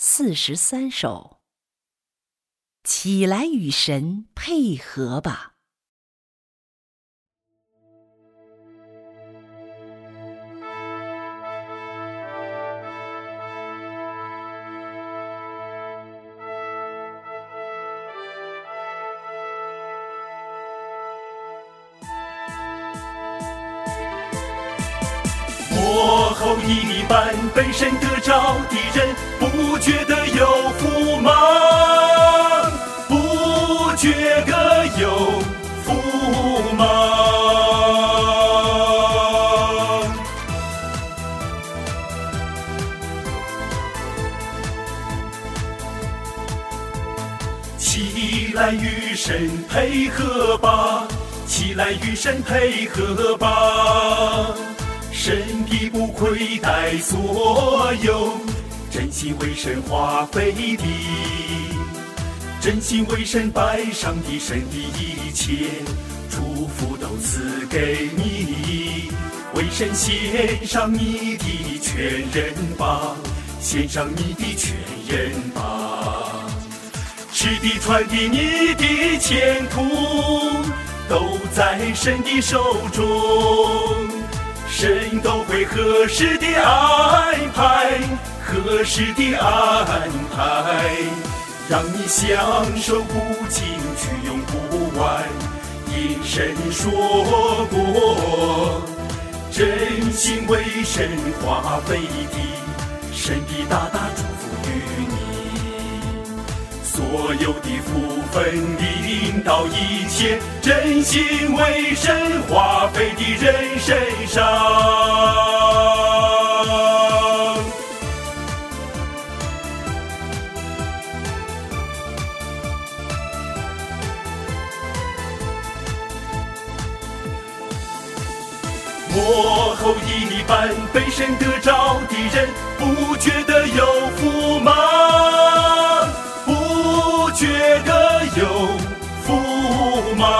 43首，起来与神配合吧。 末后一般被神得着的人，不觉得有福吗？不觉得有福吗？起来与神配合吧，起来与神配合吧。神必不亏待所有真心为神花费的，真心为神摆上的神的一切祝福都赐给你，为神献上你的全人吧，献上你的全人吧。吃的穿的你的前途都在神的手中，神都会合适的安排，合适的安排，让你享受不尽，去用不完。因神说过，真心为神花费的，神必大大祝福于你。所有的福分临到一切真心为神花费的人身上。末后一般被神得着的人，不觉得有福吗？不觉得有福吗？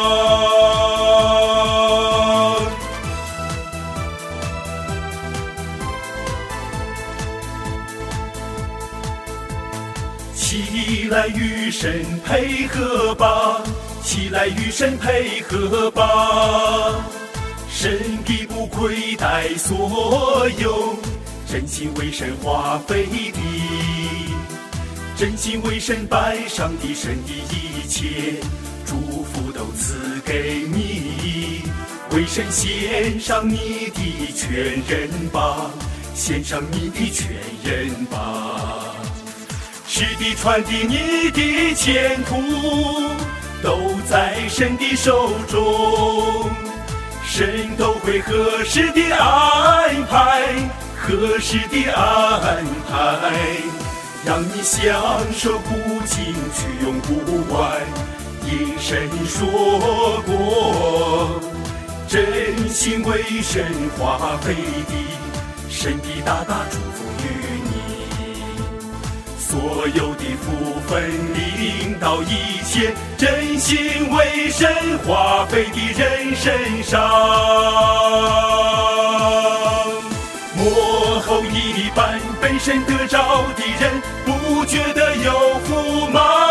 起来与神配合吧，起来与神配合吧。神必不亏待所有真心为神花费的，真心为神摆上的神的一切祝福都赐给你，为神献上你的全人吧，献上你的全人吧。吃的穿的你的前途都在神的手中，神都会合适的安排，合适的安排，让你享受不尽，去用不完。因神说过，真心为神花费的，神必大大祝福于你。所有的福分临到一切真心为神花费的人身上。末后一般被神得着的人，不觉得有福吗？